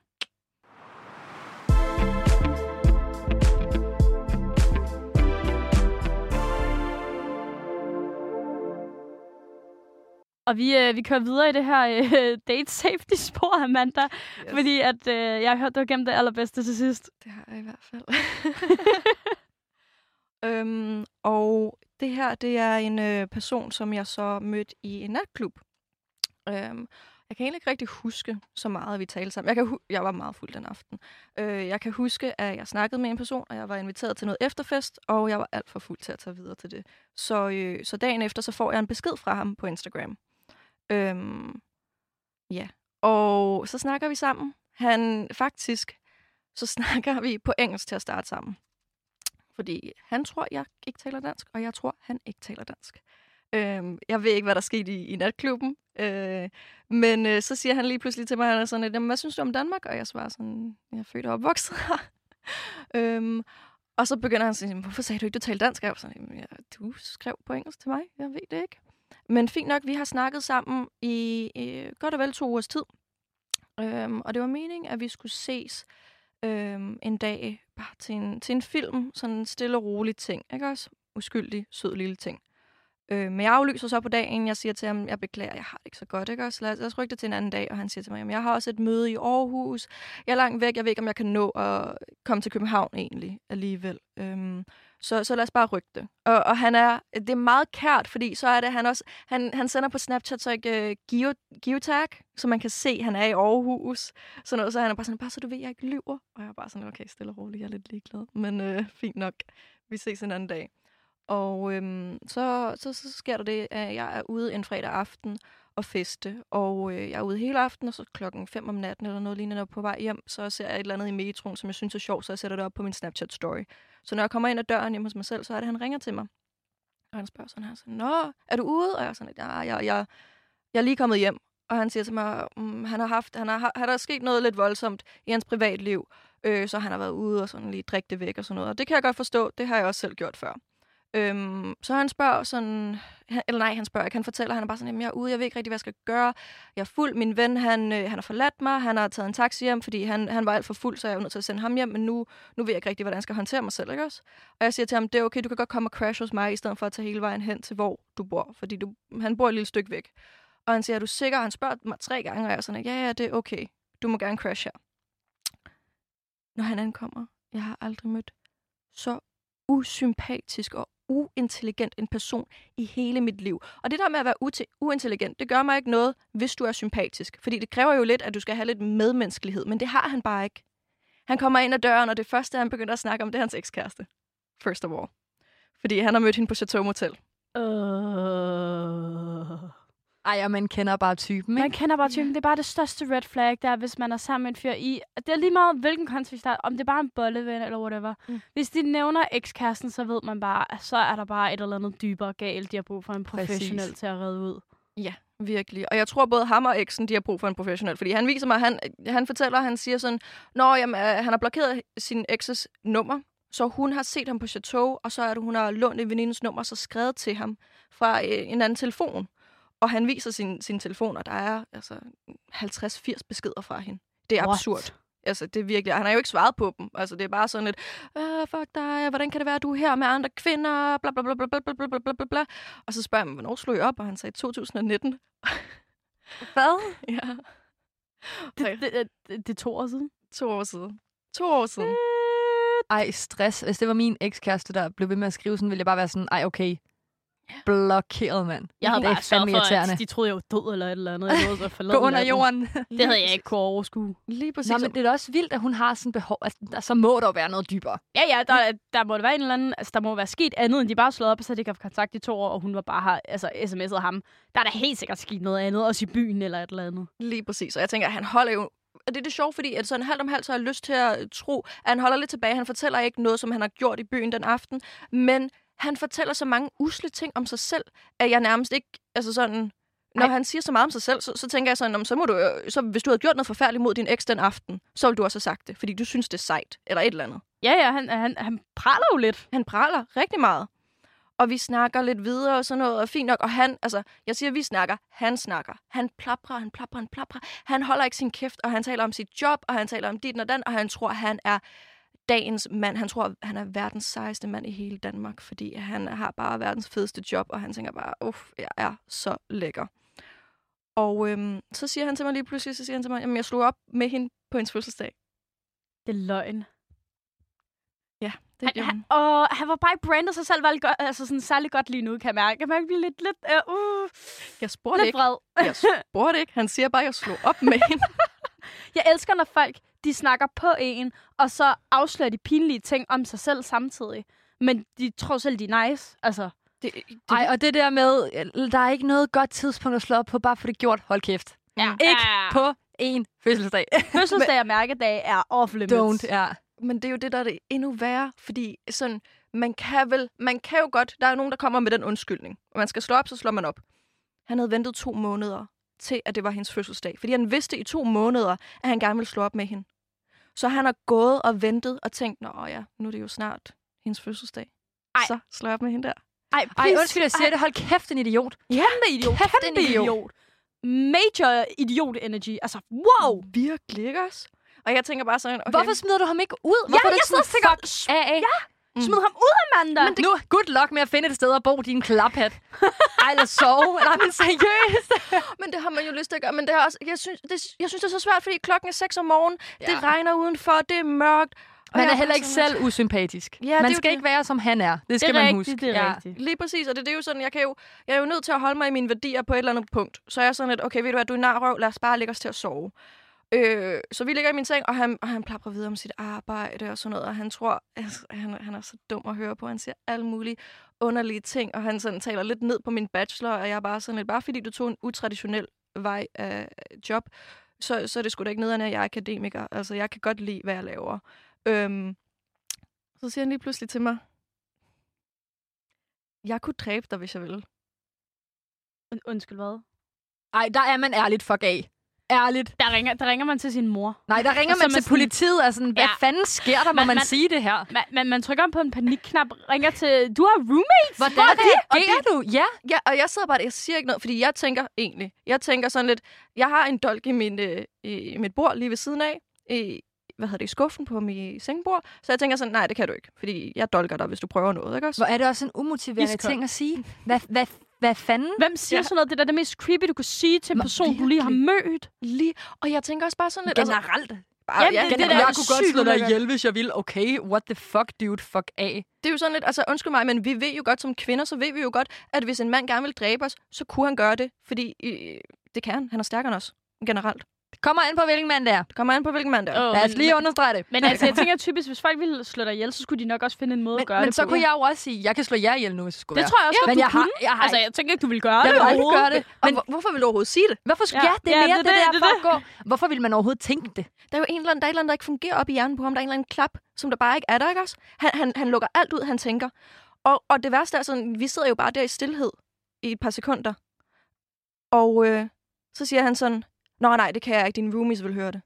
Og vi, øh, vi kører videre i det her øh, date safety spor, Amanda. Yes. Fordi at, øh, jeg har hørt, du har gemt det allerbedste til sidst. Det har jeg i hvert fald. øhm, og det her, det er en øh, person, som jeg så mødte i en natklub. Øhm, jeg kan egentlig ikke rigtig huske så meget, at vi talte sammen. Jeg, kan hu- jeg var meget fuld den aften. Øh, jeg kan huske, at jeg snakkede med en person, og jeg var inviteret til noget efterfest, og jeg var alt for fuld til at tage videre til det. Så, øh, så dagen efter, så får jeg en besked fra ham på Instagram. Øhm, ja, og så snakker vi sammen. Han faktisk, så snakker vi på engelsk til at starte sammen. Fordi han tror, jeg ikke taler dansk, og jeg tror, han ikke taler dansk. Øhm, jeg ved ikke, hvad der skete i, i natklubben. Øh, men øh, så siger han lige pludselig til mig, han er sådan, jamen, hvad synes du om Danmark? Og jeg svarer sådan, jeg er født og opvokset her. øhm, og så begynder han at sige, hvorfor sagde du ikke, du taler dansk? Og jeg var sådan, ja, du skrev på engelsk til mig, jeg ved det ikke. Men fint nok, vi har snakket sammen i øh, godt og vel to ugers tid. Øhm, og det var meningen, at vi skulle ses øhm, en dag bare til en, til en film. Sådan en stille og rolig ting. Ikke også? Uskyldig, sød lille ting. Øh, men jeg aflyser så på dagen. Jeg siger til ham, jeg beklager, jeg har det ikke så godt. Ikke også? Lad, lad os rykke det til en anden dag. Og han siger til mig, jamen, jeg har også et møde i Aarhus. Jeg er langt væk. Jeg ved ikke, om jeg kan nå at komme til København egentlig alligevel. Øhm, Så, så lad os bare rykke det. Og, og han er, det er meget kært, fordi så er det, han også, han, han sender på Snapchat så ikke uh, geo, geotag, så man kan se, han er i Aarhus. Sådan noget, så han er bare sådan, bare så du ved, jeg ikke lyver. Og jeg er bare sådan, okay, stille og roligt, jeg er lidt ligeglad. Men øh, fint nok, vi ses en anden dag. Og øhm, så, så, så sker der det, at jeg er ude en fredag aften og feste. Og øh, jeg er ude hele aften, og så klokken fem om natten eller noget lignende, og på vej hjem, så ser jeg et eller andet i metroen, som jeg synes er sjovt, så jeg sætter det op på min Snapchat-story. Så når jeg kommer ind ad døren hjemme hos mig selv, så er det, han ringer til mig. Og han spørger sådan her, sådan, nå, er du ude? Og jeg er sådan, ja, jeg, jeg, jeg er lige kommet hjem. Og han siger til mig, um, han har haft, han har, han har sket noget lidt voldsomt i hans privatliv, øh, så han har været ude og sådan lige drikke det væk og sådan noget. Og det kan jeg godt forstå, det har jeg også selv gjort før. Øhm, så han spørger sådan, han, eller nej, han spørger ikke, han fortæller, han er bare sådan, jamen, jeg er ude, jeg ved ikke rigtig, hvad jeg skal gøre. Jeg er fuld, min ven, han, øh, han har forladt mig, han har taget en taxi hjem, fordi han, han var alt for fuld, så jeg er nødt til at sende ham hjem, men nu, nu ved jeg ikke rigtig, hvordan jeg skal håndtere mig selv, ikke også? Og jeg siger til ham, det er okay, du kan godt komme og crash hos mig, i stedet for at tage hele vejen hen til, hvor du bor, fordi du, han bor et lille stykke væk. Og han siger, er du sikker? Han spørger mig tre gange, og jeg er sådan, ja, ja, det er okay, du må gerne crash her. Når han ankommer, jeg har aldrig mødt så usympatisk og uintelligent en person i hele mit liv. Og det der med at være u- uintelligent, det gør mig ikke noget, hvis du er sympatisk. Fordi det kræver jo lidt, at du skal have lidt medmenneskelighed, men det har han bare ikke. Han kommer ind ad døren, og det første, han begynder at snakke om, det er hans ekskæreste. First of all. Fordi han har mødt hende på Chateau Motel. Uh... Ej, og man kender bare typen, ikke? Man kender bare typen. Det er bare det største red flag, der er, hvis man er sammen med en fyr i... Det er lige meget, hvilken kontekst der er. Om det er bare en bolleven eller whatever. Mm. Hvis de nævner ekskæresten, så ved man bare, at så er der bare et eller andet dybere galt. De har brug for en professionel til at redde ud. Ja, virkelig. Og jeg tror, både ham og eksen, de har brug for en professionel. Fordi han viser mig, han, han fortæller, han siger sådan, Nå, jamen, han har blokeret sin ekses nummer, så hun har set ham på Chateau, og så er det, hun har lånt en venindens nummer, så skrevet til ham fra en anden telefon. Og han viser sin, sin telefon, og der er altså halvtreds firs beskeder fra hende. Det er What? absurd. Altså, det er virkelig... Han har jo ikke svaret på dem. Altså, det er bare sådan lidt, øh, fuck dig, hvordan kan det være, at du er her med andre kvinder, bla bla bla bla bla bla bla bla bla bla. Og så spørger jeg ham, hvornår slog jeg op? Og han sagde to tusind nitten. Hvad? Ja. Det, det, det, det er to år siden. To år siden. To år siden. Ej, stress. Hvis det var min ekskæreste, der blev ved med at skrive sådan, ville jeg bare være sådan, ej, okay. Blokeret, mand. Jeg havde det er bare sørget for, irriterende. at de troede, jeg var død eller et eller andet. Jeg nåede så Gå under jorden. Det havde jeg ikke kunne overskue. Lige præcis. Nå, men det er da også vildt, at hun har sådan behov. Altså, der, så må der jo være noget dybere. Ja, ja, der, der må det være en eller anden... Altså, der må være sket andet, end de bare slået op, og så de ikke haft kontakt i to år, og hun var bare har altså, sms'et ham. Der er da helt sikkert sket noget andet, også i byen eller et eller andet. Lige præcis. Og jeg tænker, at han holder jo... Og det er det sjovt, fordi at sådan halvt om halvt, så har jeg lyst til at tro, at han holder lidt tilbage. Han fortæller ikke noget, som han har gjort i byen den aften, men han fortæller så mange usle ting om sig selv, at jeg nærmest ikke, altså sådan, når Ej. han siger så meget om sig selv, så, så tænker jeg sådan, så må du, så hvis du havde gjort noget forfærdeligt mod din eks den aften, så ville du også have sagt det, fordi du synes, det er sejt, eller et eller andet. Ja, ja, han, han, han praler jo lidt. Han praler rigtig meget. Og vi snakker lidt videre og sådan noget, og fint nok, og han, altså, jeg siger, vi snakker, han snakker. Han plaprer, han plaprer, han plaprer. Han holder ikke sin kæft, og han taler om sit job, og han taler om dit og den, og han tror, han er dagens mand. Han tror, han er verdens sejeste mand i hele Danmark, fordi han har bare verdens fedeste job, og han tænker bare, uff, jeg er så lækker. Og øhm, så siger han til mig lige pludselig, så siger han til mig, jamen jeg slog op med hende på hendes fødselsdag. Det er løgn. Ja, det han, han. Og han var bare ikke brandet sig selv vel godt, altså sådan særlig godt lige nu, kan jeg mærke. Jeg kan blive lidt, lidt, uh, uh, jeg spurgte lidt ikke. vred. Jeg spurgte ikke. Han siger bare, at jeg slog op med hende. Jeg elsker, når folk de snakker på en, og så afslører de pinlige ting om sig selv samtidig. Men de tror selv, de er nice. Altså, det, det, Ej, og det der med, der er ikke noget godt tidspunkt at slå op på, bare for det gjort. Hold kæft. Ja. Ikke ja. På en fødselsdag. Fødselsdag og mærkedag er off limits. Don't, ja. Men det er jo det, der er det endnu værre, fordi sådan, man kan vel, man kan jo godt, der er nogen, der kommer med den undskyldning, og man skal slå op, så slår man op. Han havde ventet to måneder til, at det var hendes fødselsdag, fordi han vidste i to måneder, at han gerne ville slå op med hende. Så han har gået og ventet og tænkt, nå ja, nu er det jo snart hendes fødselsdag. Ej. Så slår jeg op med hende der. Ej, Ej, undskyld, jeg siger det. Hold kæft, en idiot. Kæmpe idiot. Kæft, Kæmpe en idiot. idiot. Major idiot energy. Altså, wow. Virkelig, ikke også? Og jeg tænker bare sådan, okay. Hvorfor smider du ham ikke ud? Ja, Hvorfor er du jeg ikke sidder sådan, og tænker, fuck af? Ja, smid ham ud, Amanda. Men det... Nu, good luck med at finde et sted at bo, din klaphat. Ej, eller sove. Nej, men seriøst. Men det har man jo lyst til at gøre. Men det er også, jeg, synes, det, jeg synes, det er så svært, fordi klokken er seks om morgenen. Ja. Det regner udenfor, det er mørkt. Man er heller ikke selv usympatisk. Ja, man det skal det. ikke være, som han er. Det skal det er man rigtigt, huske. det er ja. rigtigt. Lige præcis, og det, det er jo sådan, jeg, kan jo, jeg er jo nødt til at holde mig i mine værdier på et eller andet punkt. Så er jeg sådan lidt, okay, ved du hvad, du er narrøv, lad os bare lægge os til at sove. Øh, så vi ligger i min seng, og han, og han plapper videre om sit arbejde og sådan noget, og han tror, altså, han, han er så dum at høre på. Han siger alle mulige underlige ting, og han sådan taler lidt ned på min bachelor, og jeg er bare sådan lidt, bare fordi du tog en utraditionel vej af job, så, så er det sgu da ikke nederen, at jeg er akademiker. Altså, jeg kan godt lide, hvad jeg laver. Øhm, så siger han lige pludselig til mig, jeg kunne dræbe dig, hvis jeg ville. Und- Undskyld, hvad? Ej, der er man ærligt fuck af. Ærligt. Der ringer, der ringer man til sin mor. Nej, der ringer Og så man man til sådan- politiet og sådan, hvad Ja. fanden sker der? Må Man- man, man- sige det her? Man, man, man trykker på en panikknap, ringer til... Du har roommates! Hvordan Hvor er det? reagerer du? Ja. Ja, og jeg sidder bare der, jeg siger ikke noget, fordi jeg tænker egentlig, jeg tænker sådan lidt, jeg har en dolk i, min, øh, i mit bord lige ved siden af, i, hvad hedder det, i skuffen på mit sengebord, så jeg tænker sådan, nej, det kan du ikke, fordi jeg dolker dig, hvis du prøver noget, ikke også? Hvor er det også en umotiverende Iskold. ting at sige? Hvad, hvad, hvad fanden? Hvem siger Ja. ja. sådan noget? Det er da det mest creepy, du kan sige til en Nå, person, du lige har mødt. Lige, og jeg tænker også bare sådan lidt, Generelt. altså, bare, Jamen, ja, det- det, det det, der- jeg er kunne godt sygt slå dig ulækkert. ihjel, hvis jeg ville. Okay, what the fuck, dude? Fuck af. det er jo sådan lidt, altså undskyld mig, men vi ved jo godt som kvinder, så ved vi jo godt, at hvis en mand gerne vil dræbe os, så kunne han gøre det, fordi øh, det kan han. Han er stærkere end os, generelt. Det kommer an på, hvilken mand det er. Det kommer an på, hvilken mand det er. Åh, Lad os men- lige understrege det. Men altså, jeg tænker typisk, hvis folk ville slå dig ihjel, så skulle de nok også finde en måde Men, at gøre men det så på. kunne jeg jo også sige, jeg kan slå jer ihjel nu, hvis det skulle Det være. tror jeg også, Men godt, jeg du har, kunne. jeg har Altså, jeg tænker ikke, du ville gøre jeg det vil aldrig overhovedet. gøre det. Og Men hvor, hvorfor vil du overhovedet sige det? hvorfor skulle Ja. ja, det er Ja, mere det det, er det, det, der det for er at gå? Hvorfor vil man overhovedet tænke det? Der er jo en eller anden, der er et eller andet, der ikke fungerer op i hjernen på ham. Der er en eller anden klap, som der bare ikke er der, ikke også? Han, han, han lukker alt ud, han tænker. Og, og det værste er sådan, vi sidder jo bare der i stillhed i et par sekunder. Og øh, så siger han sådan, nå nej, det kan jeg ikke, dine roomies vil høre det.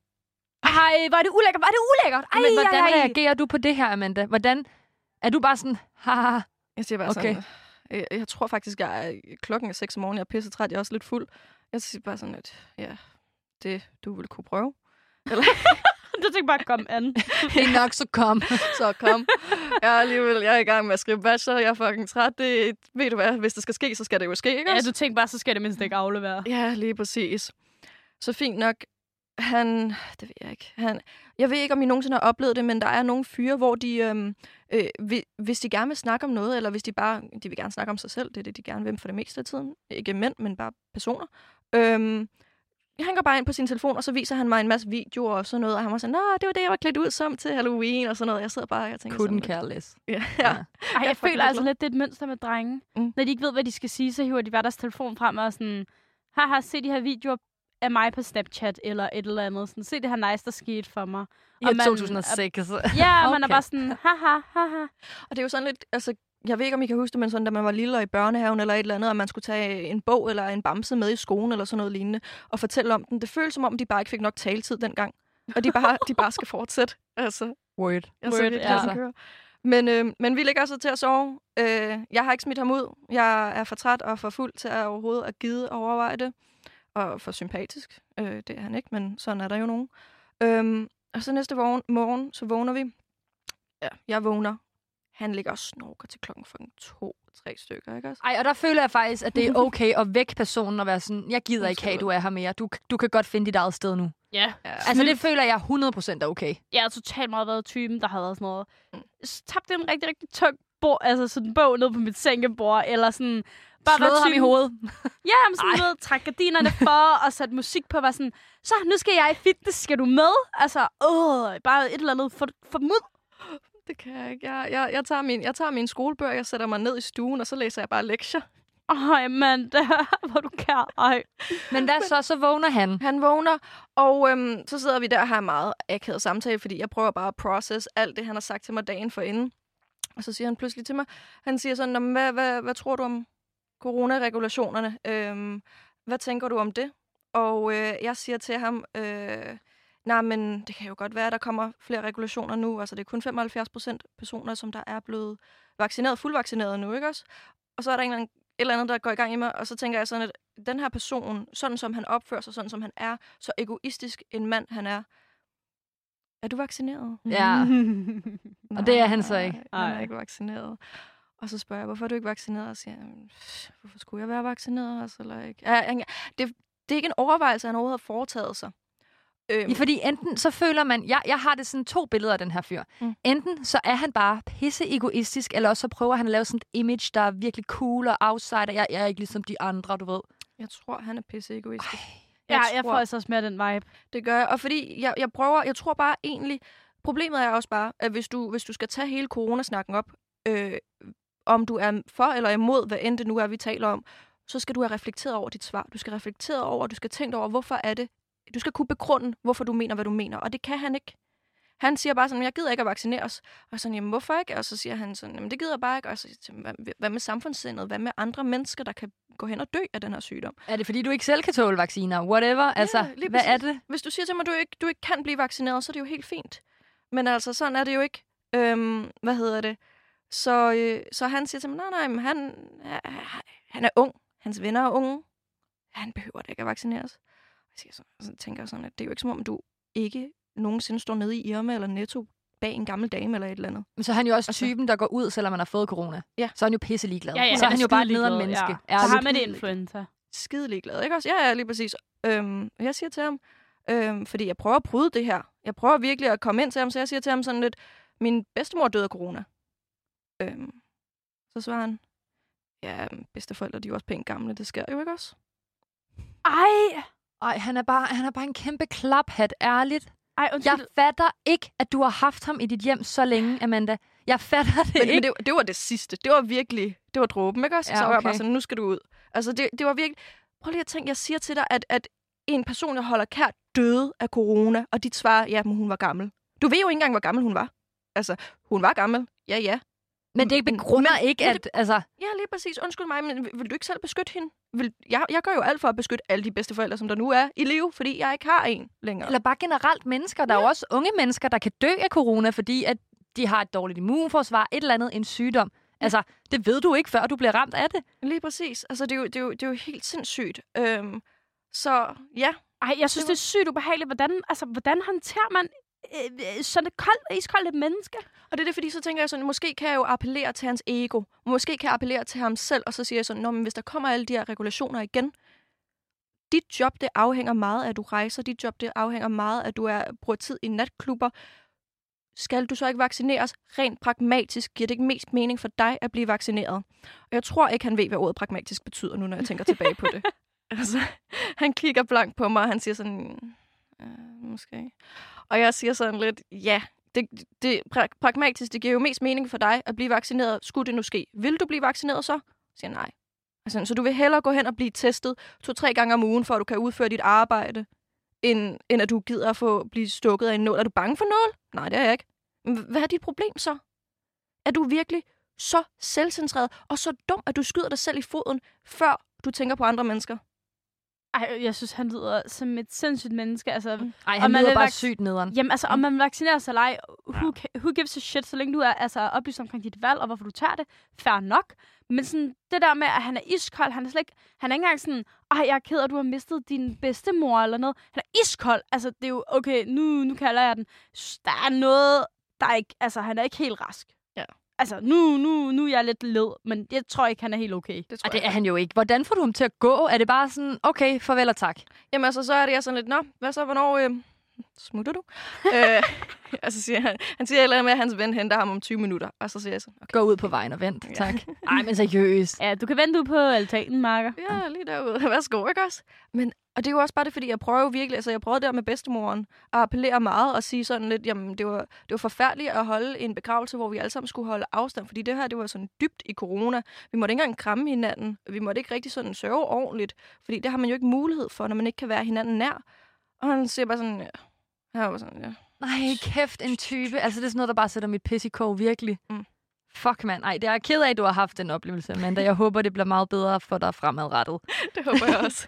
Ej, hvor er det ulækkert, hvor er det ulækkert. Ej, Men hvordan ej, ej. reagerer du på det her, Amanda? Hvordan er du bare sådan, haha, Jeg siger bare Okay. sådan, jeg, jeg tror faktisk, jeg er, klokken er seks om morgenen, jeg er pisse træt, jeg er også lidt fuld. Jeg siger bare sådan, at ja, det du vil kunne prøve. Eller, Du tænker bare, kom an. det er nok så kom. så kom. Jeg er alligevel, jeg er i gang med at skrive bachelor, jeg er fucking træt. Det, ved du hvad, hvis det skal ske, så skal det jo ske, ikke Ja, også? du tænker bare, så skal det mindst ikke aflevere. Ja, lige præcis. Så fint nok. Han, det ved jeg ikke. Han, jeg ved ikke, om I nogensinde har oplevet det, men der er nogle fyre, hvor de, øhm, øh, vi- hvis de gerne vil snakke om noget, eller hvis de bare, de vil gerne snakke om sig selv, det er det, de gerne vil for det meste af tiden. Ikke mænd, men bare personer. Øhm, han går bare ind på sin telefon, og så viser han mig en masse videoer og sådan noget, og han var sådan, nå, det var det, jeg var klædt ud som til Halloween og sådan noget. Jeg sidder bare og jeg tænker Couldn't sådan, care less. ja, Ja. ja. Ej, jeg Jeg er føler fucking altså glad. lidt, det er et mønster med drenge. Mm. Når de ikke ved, hvad de skal sige, så hiver de bare deres telefon frem og er sådan, haha, se de her videoer af mig på Snapchat, eller et eller andet. Sådan, se det her nice, der skete for mig. I Og man- to tusind og seks. Ja, okay. Man er Okay. bare sådan, haha, haha. Og det er jo sådan lidt, altså, jeg ved ikke, om I kan huske det, men sådan, da man var lille og i børnehaven eller et eller andet, og man skulle tage en bog eller en bamse med i skolen eller sådan noget lignende, og fortælle om den. Det føles som om, de bare ikke fik nok taletid dengang. Og de bare, de bare skal fortsætte. Altså, Word. jeg Word, så virkelig, ja. ja. kører. Men, øh, men vi ligger så til at sove. Øh, jeg har ikke smidt ham ud. Jeg er for træt og for fuld til at overhovedet at gide overveje det. Og for sympatisk. Øh, det er han ikke, men sådan er der jo nogen. Øhm, og så næste morgen, morgen, så vågner vi. Ja, jeg vågner. Han ligger og snorker til klokken fucking to, tre stykker, ikke også? Ej, og der føler jeg faktisk, at det er okay at vække personen og være sådan, jeg gider ikke have, du er her mere. Du, du kan godt finde dit eget sted nu. Ja. Ja. Altså, det føler jeg hundrede procent er okay. Jeg har totalt meget været typen, der har været sådan noget. Så tabte en rigtig, rigtig tung bord, altså sådan en bog ned på mit sengebord, eller sådan... Bare været slået ham i typen- hovedet. Ja, men sådan noget, trække gardinerne for, og sætte musik på, var sådan, så nu skal jeg i fitness, skal du med? Altså, åh, bare et eller andet for, for mud. Det kan jeg ikke. Jeg, jeg, jeg, tager min, jeg tager min skolebøger, jeg sætter mig ned i stuen, og så læser jeg bare lektier. Ej, mand, det hvor du kær. Ej. Men hvad så? Så vågner han. Han vågner, og øhm, så sidder vi der og har en meget akavet samtale, fordi jeg prøver bare at process alt det, han har sagt til mig dagen forinden. Og så siger han pludselig til mig, han siger sådan, "Nå, men hvad, hvad, hvad tror du om coronaregulationerne? Øhm, hvad tænker du om det? Og øh, jeg siger til ham, øh, nej, men det kan jo godt være, at der kommer flere regulationer nu. Altså, det er kun femoghalvfjerds procent personer, som der er blevet vaccineret, fuldvaccineret nu, ikke også? og så er der en eller anden, et eller andet, der går i gang i mig, og så tænker jeg sådan, at den her person, sådan som han opfører sig, sådan som han er, så egoistisk en mand han er. Er du vaccineret? Ja. Og det er han så ikke. Nej, han er ikke vaccineret. Og så spørger jeg, hvorfor er du ikke vaccineret? Og så siger jeg, hvorfor skulle jeg være vaccineret? Altså, eller ikke? Ja, det, det er ikke en overvejelse, han overhovedet har foretaget sig. Øhm. Fordi enten så føler man, jeg, jeg har det sådan to billeder af den her fyr. Mm. Enten så er han bare pisse egoistisk, eller også så prøver han at lave sådan et image, der er virkelig cool og outsider. Jeg, jeg er ikke ligesom de andre, du ved. Jeg tror, han er pisse egoistisk. Ej. Jeg ja, tror, jeg får altså også mere den vibe. Det gør jeg, og fordi jeg, jeg prøver, jeg tror bare egentlig, problemet er også bare, at hvis du, hvis du skal tage hele coronasnakken op, øh, om du er for eller imod, hvad end det nu er, vi taler om, så skal du have reflekteret over dit svar. Du skal reflektere over, du skal tænke over, hvorfor er det. Du skal kunne begrunde, hvorfor du mener, hvad du mener, og det kan han ikke. Han siger bare sådan, jeg gider ikke at vaccineres. Og sådan, jamen hvorfor ikke? Og så siger han sådan, jamen det gider jeg bare ikke. Og så siger jeg, hvad, hvad med samfundssindet? Hvad med andre mennesker, der kan gå hen og dø af den her sygdom? Er det fordi, du ikke selv kan tåle vacciner? Whatever. Ja, altså, hvad præcis. Er det? Hvis du siger til mig, at du ikke, du ikke kan blive vaccineret, så er det jo helt fint. Men altså, sådan er det jo ikke. Øhm, hvad hedder det? Så, øh, så han siger til mig, nej, nej, men han, han er ung. Hans venner er unge. Han behøver da ikke at vaccineres. Så, så tænker jeg sådan, at det er jo ikke som om, du ikke nogensinde står nede i Irma eller Netto bag en gammel dame eller et eller andet. Men så er han jo også altså, typen, der går ud, selvom man har fået corona. Ja. Så er han jo pisse ligeglad. Ja, ja, så er han jo bare et nederen menneske. Ja. Så har man det influenza. Skide ligeglad, ikke også? Ja, ja, lige præcis. Øhm, jeg siger til ham, øhm, fordi jeg prøver at bryde det her. Jeg prøver virkelig at komme ind til ham, så jeg siger til ham sådan lidt, min bedstemor døde af corona. Øhm, så svarer han, ja, bedsteforældre, de er jo også pænt gamle, det sker jo ikke også? Ej! Ej, han er bare, han er bare en kæmpe klaphat, ærligt. Ej, jeg fatter ikke, at du har haft ham i dit hjem så længe, Amanda. Jeg fatter det men, ikke. Men det, det var det sidste. Det var virkelig, det var dråben, ikke også? Ja, så var okay. jeg bare sådan, nu skal du ud. Altså, det, det var virkelig... Prøv lige at tænke, jeg siger til dig, at, at en person, jeg holder kært, døde af corona, og dit svar, ja, men hun var gammel. Du ved jo ikke engang, hvor gammel hun var. Altså, hun var gammel. Ja, ja. Men det begrunder men, ikke, at... Det, altså... Ja, lige præcis. Undskyld mig, men vil du ikke selv beskytte hende? Vil, jeg, jeg gør jo alt for at beskytte alle de bedsteforældre, som der nu er i live, fordi jeg ikke har en længere. Eller bare generelt mennesker. Der ja. er jo også unge mennesker, der kan dø af corona, fordi at de har et dårligt immunforsvar, et eller andet, en sygdom. Ja. Altså, det ved du ikke, før du bliver ramt af det. Lige præcis. Altså, det er jo, det er jo, det er jo helt sindssygt. Øhm, så, ja. Ej, jeg synes, det, var... det er sygt ubehageligt. Hvordan, altså, hvordan håndterer man øh, sådan et koldt, iskoldt menneske? Og det er det, fordi så tænker jeg sådan, måske kan jeg jo appellere til hans ego. Måske kan jeg appellere til ham selv, og så siger jeg sådan, nå, men hvis der kommer alle de her regulationer igen, dit job, det afhænger meget af, at du rejser. Dit job, det afhænger meget af, at du er, bruger tid i natklubber. Skal du så ikke vaccineres? Rent pragmatisk giver det ikke mest mening for dig at blive vaccineret. Og jeg tror ikke, han ved, hvad ordet pragmatisk betyder nu, når jeg tænker tilbage på det. Altså, han kigger blankt på mig, og han siger sådan, øh, måske. Og jeg siger sådan lidt, ja, det, det pragmatisk, det giver jo mest mening for dig at blive vaccineret. Skulle det nu ske? Vil du blive vaccineret så? Jeg siger nej. Altså, så du vil hellere gå hen og blive testet to-tre gange om ugen, for at du kan udføre dit arbejde, end, end at du gider at få blive stukket af en nål. Er du bange for nål? Nej, det er jeg ikke. Men hvad er dit problem så? Er du virkelig så selvcentreret og så dum, at du skyder dig selv i foden, før du tænker på andre mennesker? Ej, jeg synes, han lyder som et sindssygt menneske. Altså, mm. Ej, han lyder bare vac- sygt nederen. Jamen, altså, mm. om man vaccinerer sig eller ej, who, who gives a shit, så længe du er altså, oplyst omkring dit valg, og hvorfor du tager det, fair nok. Men sådan, det der med, at han er iskold, han er slet ikke, han er ikke engang sådan, ej, jeg er ked af, at du har mistet din bedstemor eller noget. Han er iskold. Altså, det er jo, okay, nu, nu kalder jeg den. Der er noget, der er ikke, altså, han er ikke helt rask. Ja. Altså, nu, nu, nu er jeg lidt led, men jeg tror ikke, han er helt okay. Det og det er han jo ikke. Hvordan får du ham til at gå? Er det bare sådan, okay, farvel og tak? Jamen altså, så er det jeg sådan lidt, nå, hvad så, hvornår øh, smutter du? øh, og så siger han, han siger et eller andet med, at hans ven henter ham om tyve minutter. Og så siger jeg sådan, okay. Gå ud på vejen og vent, tak. Ej, men seriøst. Ja, du kan vente ud på altanen, Marker. Ja, lige derude. Værsgo, ikke også? Men, og det er jo også bare det, fordi jeg prøver jo virkelig, altså jeg prøvede der med bedstemoren at appellere meget og sige sådan lidt, jamen det var, det var forfærdeligt at holde en begravelse, hvor vi alle sammen skulle holde afstand, fordi det her, det var sådan dybt i corona. Vi måtte ikke engang kramme hinanden. Vi måtte ikke rigtig sådan sørge ordentligt, fordi det har man jo ikke mulighed for, når man ikke kan være hinanden nær. Og han siger bare sådan, ja. Jeg var sådan, ja. Nej, kæft en type. Altså det er sådan noget, der bare sætter mit pis i kog, virkelig. Mm. Fuck, mand. Ej, det er jeg ked af, at du har haft den oplevelse, Amanda. Jeg håber, det bliver meget bedre for dig fremadrettet. Det håber jeg også.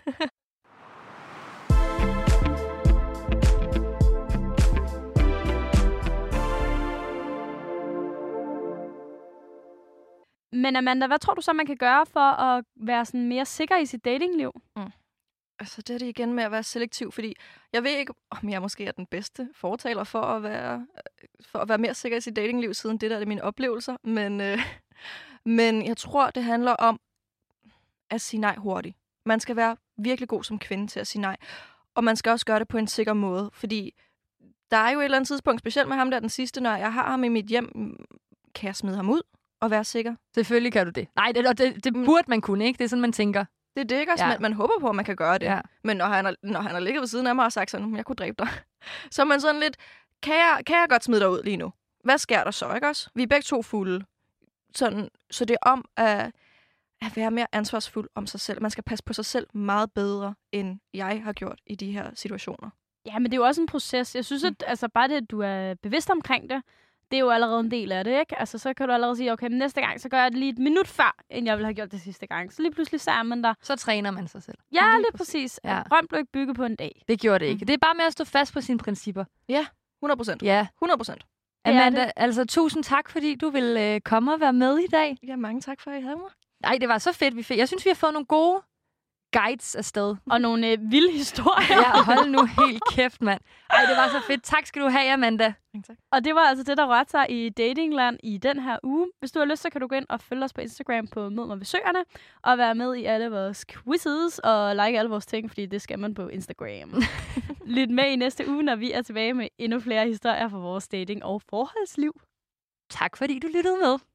Men Amanda, hvad tror du så, man kan gøre for at være sådan mere sikker i sit datingliv? Mm. Altså, det er det igen med at være selektiv, fordi jeg ved ikke, om jeg måske er den bedste fortaler for at være, for at være mere sikker i sit datingliv, siden det der er mine oplevelser. Men, øh, men jeg tror, det handler om at sige nej hurtigt. Man skal være virkelig god som kvinde til at sige nej. Og man skal også gøre det på en sikker måde, fordi der er jo et eller andet tidspunkt, specielt med ham der den sidste, når jeg har ham i mit hjem, kan jeg smide ham ud og være sikker? Selvfølgelig kan du det. Nej, det, det, det burde man kunne, ikke? Det er sådan, man tænker. Det er det ikke også, ja. man, man håber på, at man kan gøre det. Ja. Men når han, er, når han har ligget ved siden af mig og sagt sådan, jeg kunne dræbe dig, så er man sådan lidt, kan jeg, kan jeg godt smide dig ud lige nu? Hvad sker der så, ikke også? Vi er begge to fulde. Sådan, så det er om at, at være mere ansvarsfuld om sig selv. Man skal passe på sig selv meget bedre, end jeg har gjort i de her situationer. Ja, men det er jo også en proces. Jeg synes, at mm. altså, bare det, at du er bevidst omkring det, det er jo allerede en del af det, ikke? Altså, så kan du allerede sige, okay, men næste gang, så gør jeg det lige et minut før, end jeg ville have gjort det sidste gang. Så lige pludselig så er man der. Så træner man sig selv. Ja, lige, lige præcis. Ja. Drøm blev ikke bygget på en dag. Det gjorde det ikke. Mm. Det er bare med at stå fast på sine principper. Ja, hundrede procent. Ja. hundrede procent. Amanda, altså tusind tak, fordi du ville øh, komme og være med i dag. Ja, mange tak for, at I havde mig. Nej, det var så fedt, vi fik. Jeg synes, vi har fået nogle gode guides afsted. Og nogle øh, vilde historier. Ja, hold nu helt kæft, mand. Ej, det var så fedt. Tak skal du have, Amanda. Tak. Og det var altså det, der rørte sig i datingland i den her uge. Hvis du har lyst, så kan du gå ind og følge os på Instagram på Mød mig ved Søerne, og være med i alle vores quizzes og like alle vores ting, fordi det skal man på Instagram. Lyt med i næste uge, når vi er tilbage med endnu flere historier fra vores dating- og forholdsliv. Tak fordi du lyttede med.